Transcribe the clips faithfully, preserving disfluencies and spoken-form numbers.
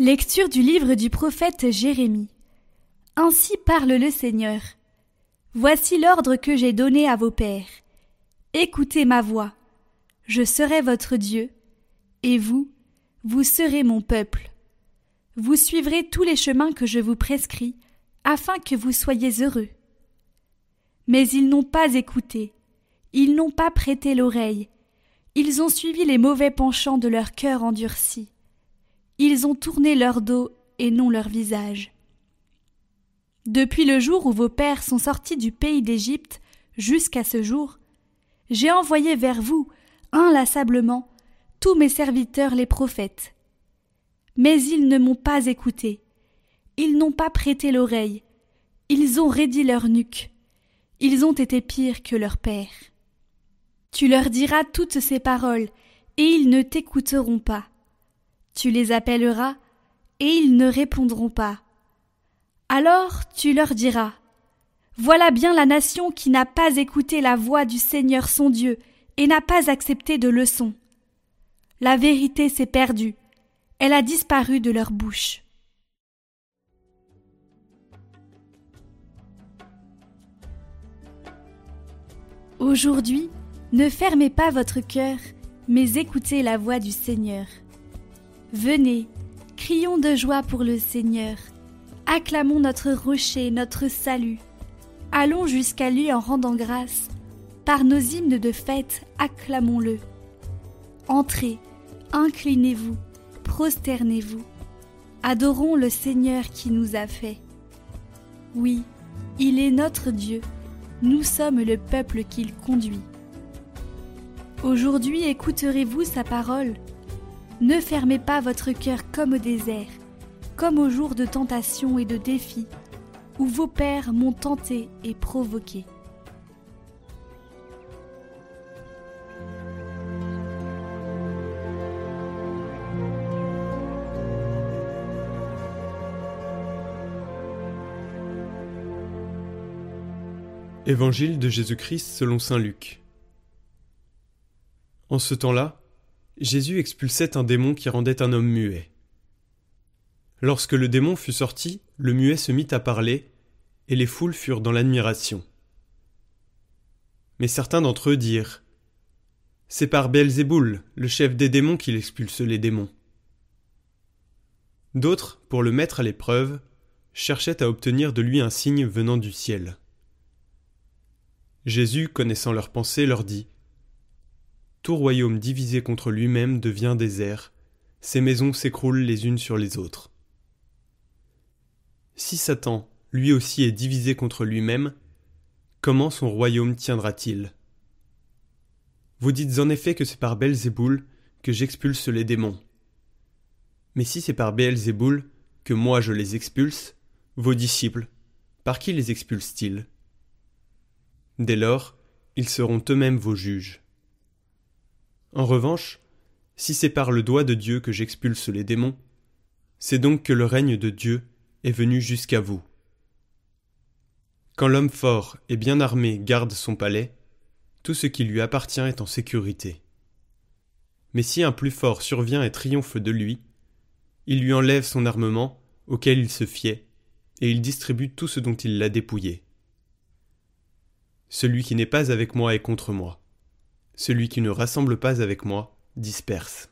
Lecture du livre du prophète Jérémie. Ainsi parle le Seigneur. Voici l'ordre que j'ai donné à vos pères. Écoutez ma voix. Je serai votre Dieu, et vous, vous serez mon peuple. Vous suivrez tous les chemins que je vous prescris, afin que vous soyez heureux. Mais ils n'ont pas écouté, ils n'ont pas prêté l'oreille, ils ont suivi les mauvais penchants de leur cœur endurci. Ils ont tourné leur dos et non leur visage. Depuis le jour où vos pères sont sortis du pays d'Égypte jusqu'à ce jour, j'ai envoyé vers vous, inlassablement, tous mes serviteurs les prophètes. Mais ils ne m'ont pas écouté, ils n'ont pas prêté l'oreille, ils ont raidi leur nuque, ils ont été pires que leurs pères. Tu leur diras toutes ces paroles, et ils ne t'écouteront pas. Tu les appelleras, et ils ne répondront pas. Alors tu leur diras, voilà bien la nation qui n'a pas écouté la voix du Seigneur son Dieu, et n'a pas accepté de leçon. La vérité s'est perdue, elle a disparu de leur bouche. Aujourd'hui, ne fermez pas votre cœur, mais écoutez la voix du Seigneur. Venez, crions de joie pour le Seigneur. Acclamons notre rocher, notre salut. Allons jusqu'à lui en rendant grâce. Par nos hymnes de fête, acclamons-le. Entrez, inclinez-vous, prosternez-vous. Adorons le Seigneur qui nous a fait. Oui, il est notre Dieu. Nous sommes le peuple qu'il conduit. Aujourd'hui écouterez-vous sa parole? Ne fermez pas votre cœur comme au désert, comme au jour de tentation et de défi, où vos pères m'ont tenté et provoqué. Évangile de Jésus-Christ selon saint Luc. En ce temps-là, Jésus expulsait un démon qui rendait un homme muet. Lorsque le démon fut sorti, le muet se mit à parler, et les foules furent dans l'admiration. Mais certains d'entre eux dirent : « C'est par Béelzéboul, le chef des démons, qu'il expulse les démons. » D'autres, pour le mettre à l'épreuve, cherchaient à obtenir de lui un signe venant du ciel. Jésus, connaissant leurs pensées, leur dit : « Tout royaume divisé contre lui-même devient désert, ses maisons s'écroulent les unes sur les autres. Si Satan, lui aussi, est divisé contre lui-même, comment son royaume tiendra-t-il ? Vous dites en effet que c'est par Béelzéboul que j'expulse les démons. Mais si c'est par Béelzéboul que moi je les expulse, vos disciples, par qui les expulsent-ils ? Dès lors, ils seront eux-mêmes vos juges. En revanche, si c'est par le doigt de Dieu que j'expulse les démons, c'est donc que le règne de Dieu est venu jusqu'à vous. Quand l'homme fort et bien armé garde son palais, tout ce qui lui appartient est en sécurité. Mais si un plus fort survient et triomphe de lui, il lui enlève son armement auquel il se fiait, et il distribue tout ce dont il l'a dépouillé. Celui qui n'est pas avec moi est contre moi. Celui qui ne rassemble pas avec moi disperse.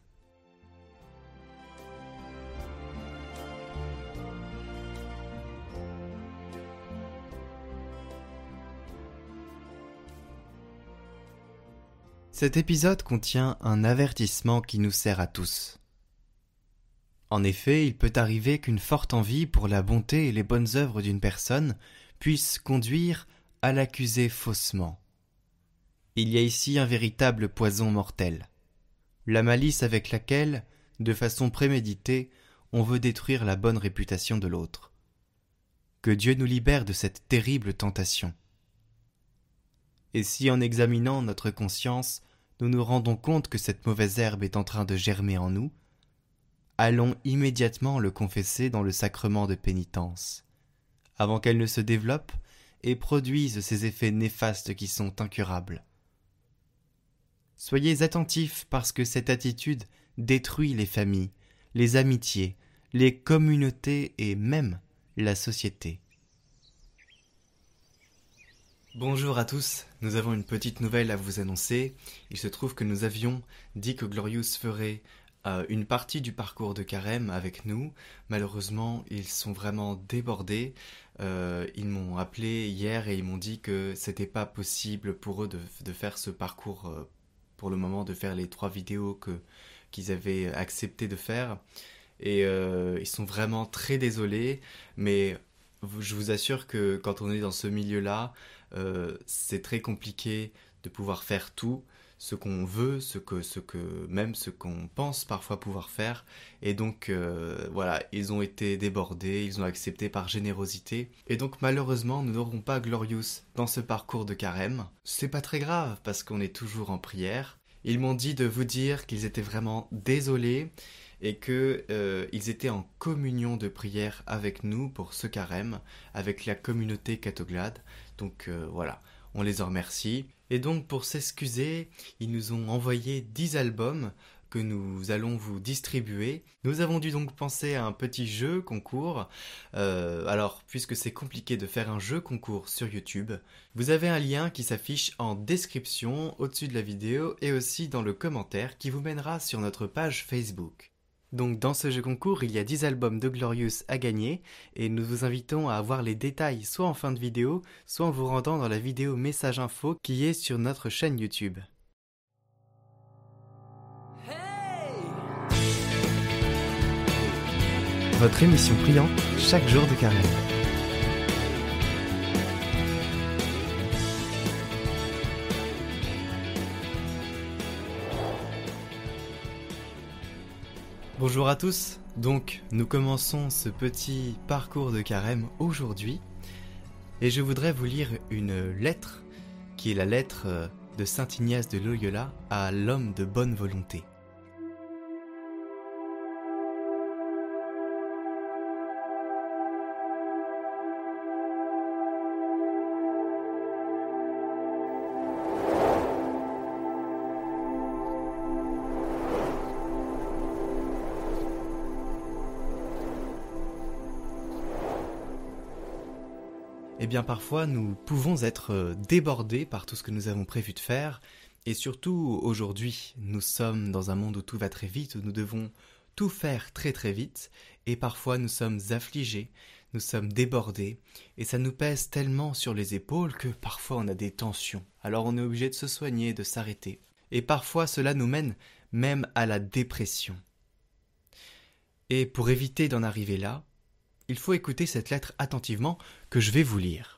Cet épisode contient un avertissement qui nous sert à tous. En effet, il peut arriver qu'une forte envie pour la bonté et les bonnes œuvres d'une personne puisse conduire à l'accuser faussement. Il y a ici un véritable poison mortel, la malice avec laquelle, de façon préméditée, on veut détruire la bonne réputation de l'autre. Que Dieu nous libère de cette terrible tentation. Et si en examinant notre conscience, nous nous rendons compte que cette mauvaise herbe est en train de germer en nous, allons immédiatement le confesser dans le sacrement de pénitence, avant qu'elle ne se développe et produise ces effets néfastes qui sont incurables. Soyez attentifs parce que cette attitude détruit les familles, les amitiés, les communautés et même la société. Bonjour à tous, nous avons une petite nouvelle à vous annoncer. Il se trouve que nous avions dit que Glorious ferait euh, une partie du parcours de Carême avec nous. Malheureusement, ils sont vraiment débordés. Euh, ils m'ont appelé hier et ils m'ont dit que c'était pas possible pour eux de, de faire ce parcours euh, pour le moment, de faire les trois vidéos que, qu'ils avaient accepté de faire. Et euh, ils sont vraiment très désolés, mais je vous assure que quand on est dans ce milieu-là, euh, c'est très compliqué de pouvoir faire tout, ce qu'on veut, ce que, ce que, même ce qu'on pense parfois pouvoir faire. Et donc, euh, voilà, ils ont été débordés, ils ont accepté par générosité. Et donc, malheureusement, nous n'aurons pas Glorious dans ce parcours de Carême. C'est pas très grave, parce qu'on est toujours en prière. Ils m'ont dit de vous dire qu'ils étaient vraiment désolés et qu'ils euh, étaient en communion de prière avec nous pour ce carême, avec la communauté Catoglade. Donc euh, voilà, on les en remercie. Et donc pour s'excuser, ils nous ont envoyé dix albums que nous allons vous distribuer. Nous avons dû donc penser à un petit jeu concours. Euh, alors, puisque c'est compliqué de faire un jeu concours sur YouTube, vous avez un lien qui s'affiche en description au-dessus de la vidéo et aussi dans le commentaire qui vous mènera sur notre page Facebook. Donc dans ce jeu concours, il y a dix albums de Glorious à gagner et nous vous invitons à avoir les détails soit en fin de vidéo, soit en vous rendant dans la vidéo message info qui est sur notre chaîne YouTube. Votre émission priante chaque jour de carême. Bonjour à tous, donc nous commençons ce petit parcours de carême aujourd'hui et je voudrais vous lire une lettre qui est la lettre de saint Ignace de Loyola à l'homme de bonne volonté. Eh bien parfois nous pouvons être débordés par tout ce que nous avons prévu de faire et surtout aujourd'hui nous sommes dans un monde où tout va très vite, où nous devons tout faire très très vite et parfois nous sommes affligés, nous sommes débordés et ça nous pèse tellement sur les épaules que parfois on a des tensions. Alors on est obligé de se soigner, de s'arrêter et parfois cela nous mène même à la dépression. Et pour éviter d'en arriver là, il faut écouter cette lettre attentivement que je vais vous lire.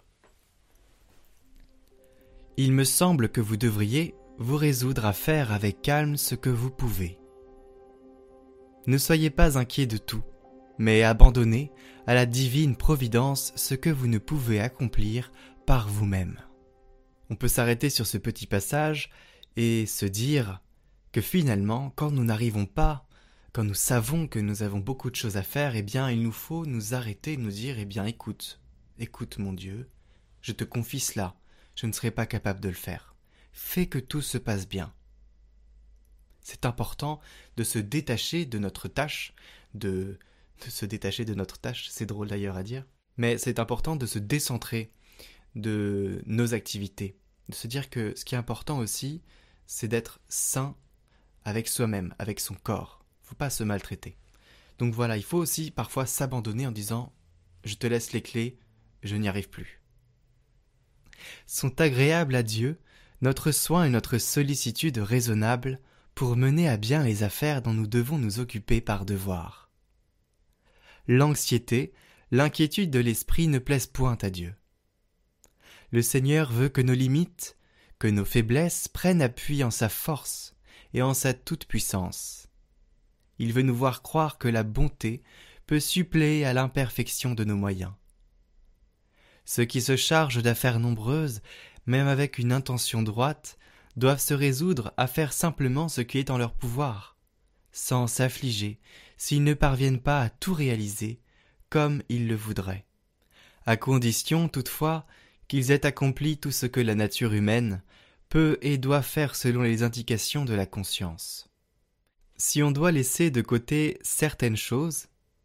Il me semble que vous devriez vous résoudre à faire avec calme ce que vous pouvez. Ne soyez pas inquiets de tout, mais abandonnez à la divine providence ce que vous ne pouvez accomplir par vous-même. On peut s'arrêter sur ce petit passage et se dire que finalement, quand nous n'arrivons pas, quand nous savons que nous avons beaucoup de choses à faire, eh bien, il nous faut nous arrêter et nous dire, eh bien, écoute, écoute mon Dieu, je te confie cela, je ne serai pas capable de le faire. Fais que tout se passe bien. C'est important de se détacher de notre tâche, de, de se détacher de notre tâche, c'est drôle d'ailleurs à dire, mais c'est important de se décentrer de nos activités, de se dire que ce qui est important aussi, c'est d'être sain avec soi-même, avec son corps. Faut pas se maltraiter. Donc voilà, il faut aussi parfois s'abandonner en disant « je te laisse les clés, je n'y arrive plus ». Sont agréables à Dieu notre soin et notre sollicitude raisonnable pour mener à bien les affaires dont nous devons nous occuper par devoir. L'anxiété, l'inquiétude de l'esprit ne plaisent point à Dieu. Le Seigneur veut que nos limites, que nos faiblesses prennent appui en sa force et en sa toute-puissance. Il veut nous voir croire que la bonté peut suppléer à l'imperfection de nos moyens. Ceux qui se chargent d'affaires nombreuses, même avec une intention droite, doivent se résoudre à faire simplement ce qui est en leur pouvoir, sans s'affliger s'ils ne parviennent pas à tout réaliser comme ils le voudraient, à condition toutefois qu'ils aient accompli tout ce que la nature humaine peut et doit faire selon les indications de la conscience. Si on doit laisser de côté certaines choses,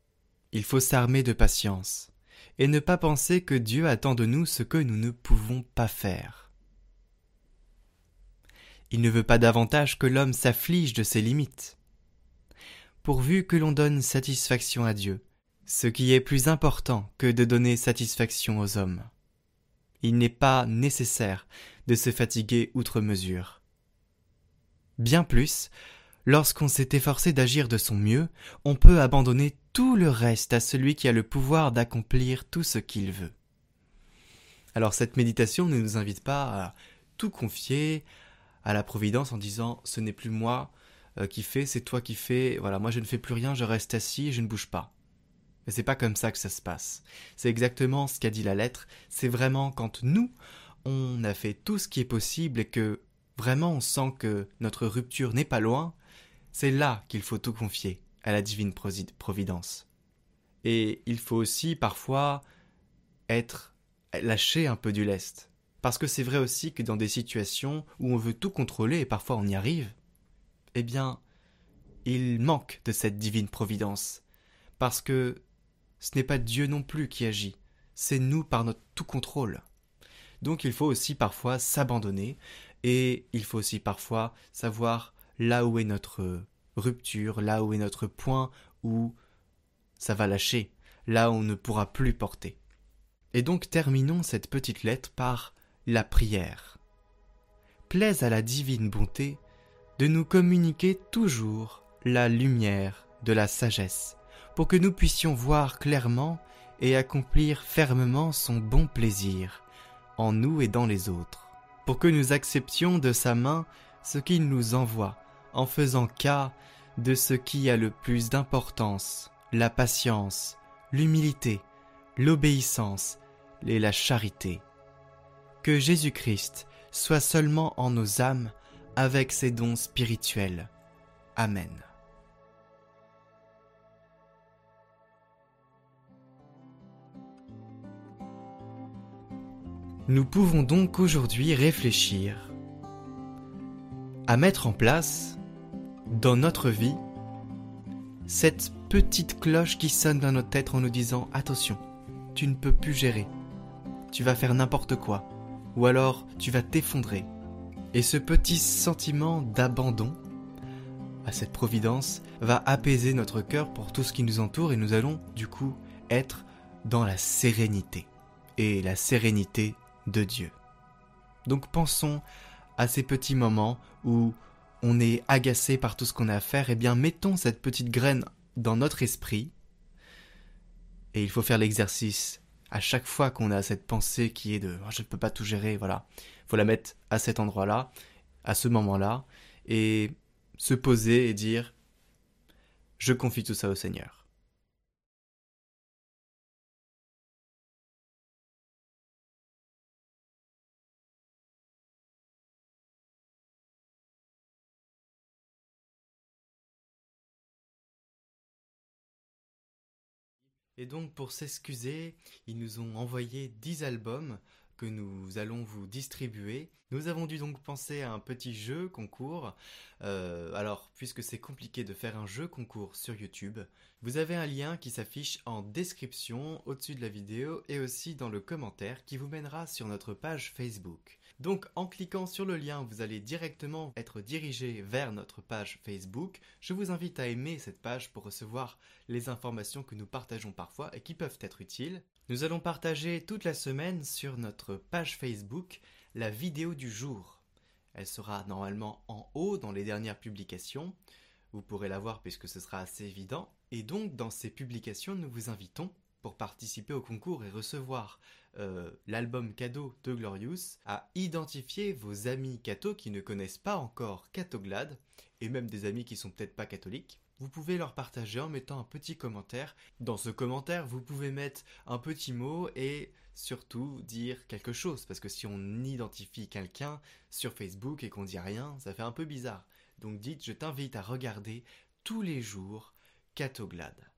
il faut s'armer de patience et ne pas penser que Dieu attend de nous ce que nous ne pouvons pas faire. Il ne veut pas davantage que l'homme s'afflige de ses limites. Pourvu que l'on donne satisfaction à Dieu, ce qui est plus important que de donner satisfaction aux hommes. Il n'est pas nécessaire de se fatiguer outre mesure. Bien plus, lorsqu'on s'est efforcé d'agir de son mieux, on peut abandonner tout le reste à celui qui a le pouvoir d'accomplir tout ce qu'il veut. Alors cette méditation ne nous invite pas à tout confier à la providence en disant « ce n'est plus moi euh, qui fais, c'est toi qui fais, voilà, moi je ne fais plus rien, je reste assis, je ne bouge pas ». Mais c'est pas comme ça que ça se passe. C'est exactement ce qu'a dit la lettre, c'est vraiment quand nous, on a fait tout ce qui est possible et que vraiment on sent que notre rupture n'est pas loin, c'est là qu'il faut tout confier à la divine providence. Et il faut aussi parfois être lâché un peu du lest. Parce que c'est vrai aussi que dans des situations où on veut tout contrôler et parfois on y arrive, eh bien, il manque de cette divine providence. Parce que ce n'est pas Dieu non plus qui agit, c'est nous par notre tout contrôle. Donc il faut aussi parfois s'abandonner et il faut aussi parfois savoir là où est notre rupture, là où est notre point où ça va lâcher, là où on ne pourra plus porter. Et donc terminons cette petite lettre par la prière. Plaise à la divine bonté de nous communiquer toujours la lumière de la sagesse, pour que nous puissions voir clairement et accomplir fermement son bon plaisir, en nous et dans les autres, pour que nous acceptions de sa main ce qu'il nous envoie, en faisant cas de ce qui a le plus d'importance, la patience, l'humilité, l'obéissance et la charité. Que Jésus-Christ soit seulement en nos âmes avec ses dons spirituels. Amen. Nous pouvons donc aujourd'hui réfléchir à mettre en place, dans notre vie, cette petite cloche qui sonne dans notre tête en nous disant « Attention, tu ne peux plus gérer, tu vas faire n'importe quoi, ou alors tu vas t'effondrer. » Et ce petit sentiment d'abandon à cette providence va apaiser notre cœur pour tout ce qui nous entoure et nous allons du coup être dans la sérénité. Et la sérénité de Dieu. Donc pensons à ces petits moments où on est agacé par tout ce qu'on a à faire, et bien mettons cette petite graine dans notre esprit, et il faut faire l'exercice à chaque fois qu'on a cette pensée qui est de oh, « je ne peux pas tout gérer », voilà. Il faut la mettre à cet endroit-là, à ce moment-là, et se poser et dire « je confie tout ça au Seigneur ». Et donc pour s'excuser, ils nous ont envoyé dix albums que nous allons vous distribuer. Nous avons dû donc penser à un petit jeu concours. Euh, alors, puisque c'est compliqué de faire un jeu concours sur YouTube, vous avez un lien qui s'affiche en description au-dessus de la vidéo et aussi dans le commentaire qui vous mènera sur notre page Facebook. Donc en cliquant sur le lien, vous allez directement être dirigé vers notre page Facebook. Je vous invite à aimer cette page pour recevoir les informations que nous partageons parfois et qui peuvent être utiles. Nous allons partager toute la semaine sur notre page Facebook la vidéo du jour. Elle sera normalement en haut dans les dernières publications. Vous pourrez la voir puisque ce sera assez évident. Et donc dans ces publications, nous vous invitons pour participer au concours et recevoir euh, l'album cadeau de Glorious, à identifier vos amis cathos qui ne connaissent pas encore Cathoglade, et même des amis qui sont peut-être pas catholiques. Vous pouvez leur partager en mettant un petit commentaire. Dans ce commentaire, vous pouvez mettre un petit mot et surtout dire quelque chose, parce que si on identifie quelqu'un sur Facebook et qu'on dit rien, ça fait un peu bizarre. Donc dites, je t'invite à regarder tous les jours Cathoglade.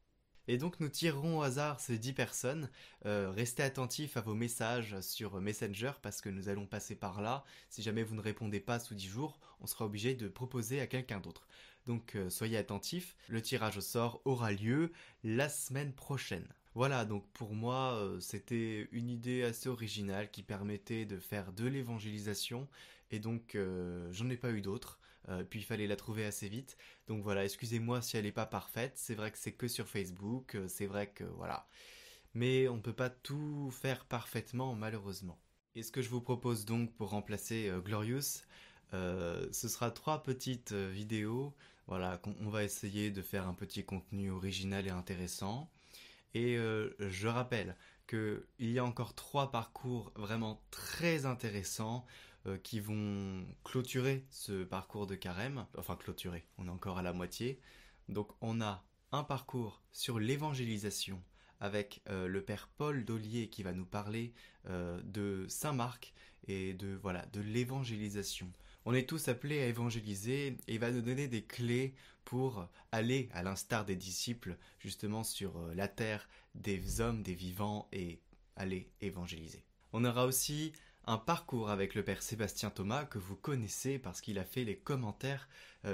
Et donc nous tirerons au hasard ces dix personnes. Euh, restez attentifs à vos messages sur Messenger parce que nous allons passer par là. Si jamais vous ne répondez pas sous dix jours, on sera obligé de proposer à quelqu'un d'autre. Donc euh, soyez attentifs, le tirage au sort aura lieu la semaine prochaine. Voilà, donc pour moi, euh, c'était une idée assez originale qui permettait de faire de l'évangélisation, et donc euh, j'en ai pas eu d'autres, euh, puis il fallait la trouver assez vite. Donc voilà, excusez-moi si elle n'est pas parfaite, c'est vrai que c'est que sur Facebook, euh, c'est vrai que voilà. Mais on ne peut pas tout faire parfaitement, malheureusement. Et ce que je vous propose donc pour remplacer euh, Glorious, euh, ce sera trois petites euh, vidéos, voilà, qu'on on va essayer de faire un petit contenu original et intéressant. Et euh, je rappelle qu'il y a encore trois parcours vraiment très intéressants euh, qui vont clôturer ce parcours de carême. Enfin clôturer, on est encore à la moitié. Donc on a un parcours sur l'évangélisation avec euh, le père Paul Dollier qui va nous parler euh, de Saint Marc et de voilà de l'évangélisation. On est tous appelés à évangéliser et il va nous donner des clés pour aller, à l'instar des disciples, justement sur la terre des hommes, des vivants et aller évangéliser. On aura aussi un parcours avec le père Sébastien Thomas que vous connaissez parce qu'il a fait les commentaires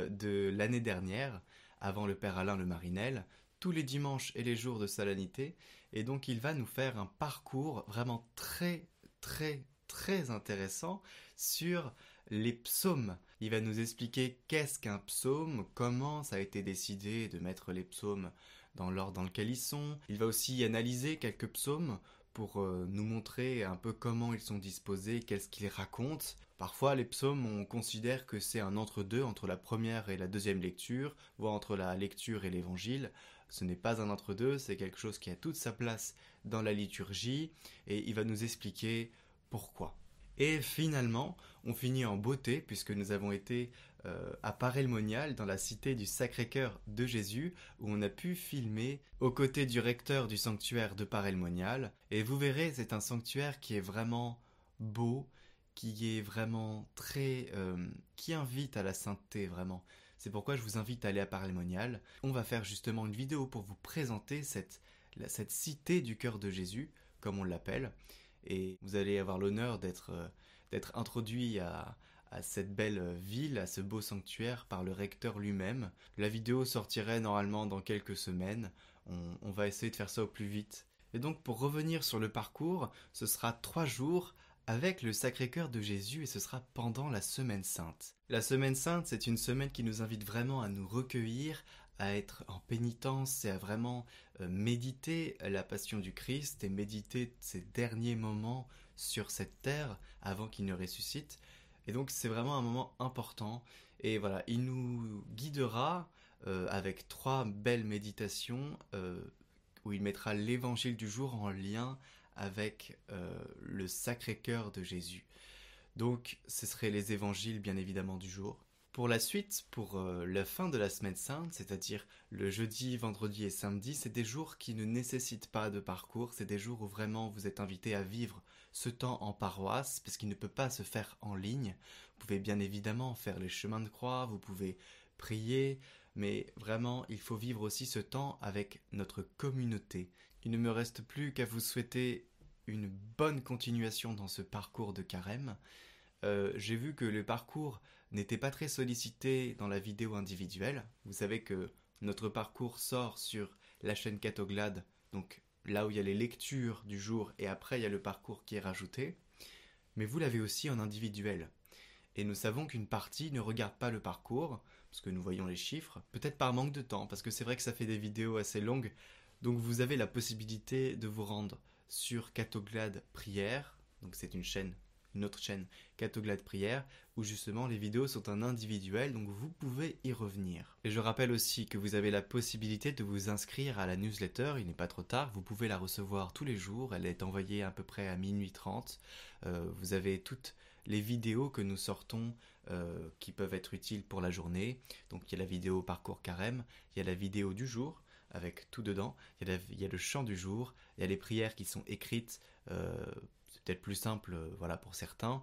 de l'année dernière, avant le père Alain Le Marinel, tous les dimanches et les jours de solennité. Et donc il va nous faire un parcours vraiment très, très, très intéressant sur les psaumes. Il va nous expliquer qu'est-ce qu'un psaume, comment ça a été décidé de mettre les psaumes dans l'ordre dans lequel ils sont. Il va aussi analyser quelques psaumes pour euh, nous montrer un peu comment ils sont disposés, qu'est-ce qu'ils racontent. Parfois, les psaumes, on considère que c'est un entre-deux entre la première et la deuxième lecture, voire entre la lecture et l'évangile. Ce n'est pas un entre-deux, c'est quelque chose qui a toute sa place dans la liturgie, et il va nous expliquer pourquoi. Et finalement, on finit en beauté puisque nous avons été euh, à Paray-le-Monial, dans la cité du Sacré-Cœur de Jésus, où on a pu filmer aux côtés du recteur du sanctuaire de Paray-le-Monial. Et vous verrez, c'est un sanctuaire qui est vraiment beau, qui est vraiment très... Euh, qui invite à la sainteté, vraiment. C'est pourquoi je vous invite à aller à Paray-le-Monial. On va faire justement une vidéo pour vous présenter cette, la, cette cité du cœur de Jésus, comme on l'appelle. Et vous allez avoir l'honneur d'être euh, d'être introduit à, à cette belle ville, à ce beau sanctuaire par le recteur lui-même. La vidéo sortirait normalement dans quelques semaines. On, on va essayer de faire ça au plus vite. Et donc pour revenir sur le parcours, ce sera trois jours avec le Sacré-Cœur de Jésus et ce sera pendant la Semaine Sainte. La Semaine Sainte, c'est une semaine qui nous invite vraiment à nous recueillir, à être en pénitence et à vraiment euh, méditer la passion du Christ et méditer ses derniers moments sur cette terre avant qu'il ne ressuscite. Et donc c'est vraiment un moment important et voilà, il nous guidera euh, avec trois belles méditations euh, où il mettra l'évangile du jour en lien avec euh, le Sacré-Cœur de Jésus. Donc ce seraient les évangiles bien évidemment du jour. Pour la suite, pour euh, la fin de la Semaine Sainte, c'est-à-dire le jeudi, vendredi et samedi, c'est des jours qui ne nécessitent pas de parcours, c'est des jours où vraiment vous êtes invité à vivre ce temps en paroisse, parce qu'il ne peut pas se faire en ligne. Vous pouvez bien évidemment faire les chemins de croix, vous pouvez prier, mais vraiment il faut vivre aussi ce temps avec notre communauté. Il ne me reste plus qu'à vous souhaiter une bonne continuation dans ce parcours de carême. Euh, j'ai vu que le parcours n'était pas très sollicité dans la vidéo individuelle. Vous savez que notre parcours sort sur la chaîne Catoglade, donc là où il y a les lectures du jour et après il y a le parcours qui est rajouté. Mais vous l'avez aussi en individuel. Et nous savons qu'une partie ne regarde pas le parcours, parce que nous voyons les chiffres, peut-être par manque de temps, parce que c'est vrai que ça fait des vidéos assez longues. Donc vous avez la possibilité de vous rendre sur Catoglade Prière, donc c'est une chaîne une autre chaîne, Catoglade Prière, où justement les vidéos sont en individuel, donc vous pouvez y revenir. Et je rappelle aussi que vous avez la possibilité de vous inscrire à la newsletter, il n'est pas trop tard, vous pouvez la recevoir tous les jours, elle est envoyée à peu près à minuit trente, euh, vous avez toutes les vidéos que nous sortons euh, qui peuvent être utiles pour la journée, donc il y a la vidéo parcours carême, il y a la vidéo du jour, avec tout dedans, il y a, la, il y a le chant du jour, il y a les prières qui sont écrites, euh, c'est peut-être plus simple euh, voilà, pour certains,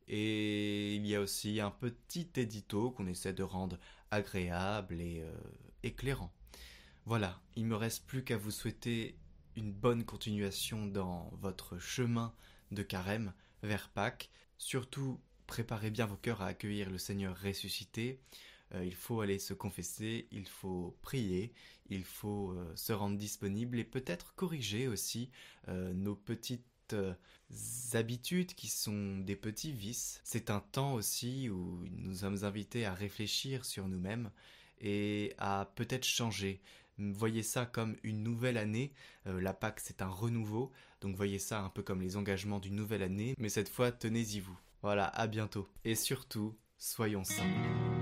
et il y a aussi un petit édito qu'on essaie de rendre agréable et euh, éclairant. Voilà, il me reste plus qu'à vous souhaiter une bonne continuation dans votre chemin de carême vers Pâques. Surtout, préparez bien vos cœurs à accueillir le Seigneur ressuscité. Euh, il faut aller se confesser, il faut prier, il faut euh, se rendre disponible et peut-être corriger aussi euh, nos petites euh, habitudes qui sont des petits vices. C'est un temps aussi où nous sommes invités à réfléchir sur nous-mêmes et à peut-être changer. Voyez ça comme une nouvelle année, euh, la Pâque c'est un renouveau, donc voyez ça un peu comme les engagements d'une nouvelle année, mais cette fois tenez-y vous. Voilà, à bientôt. Et surtout, soyons saints.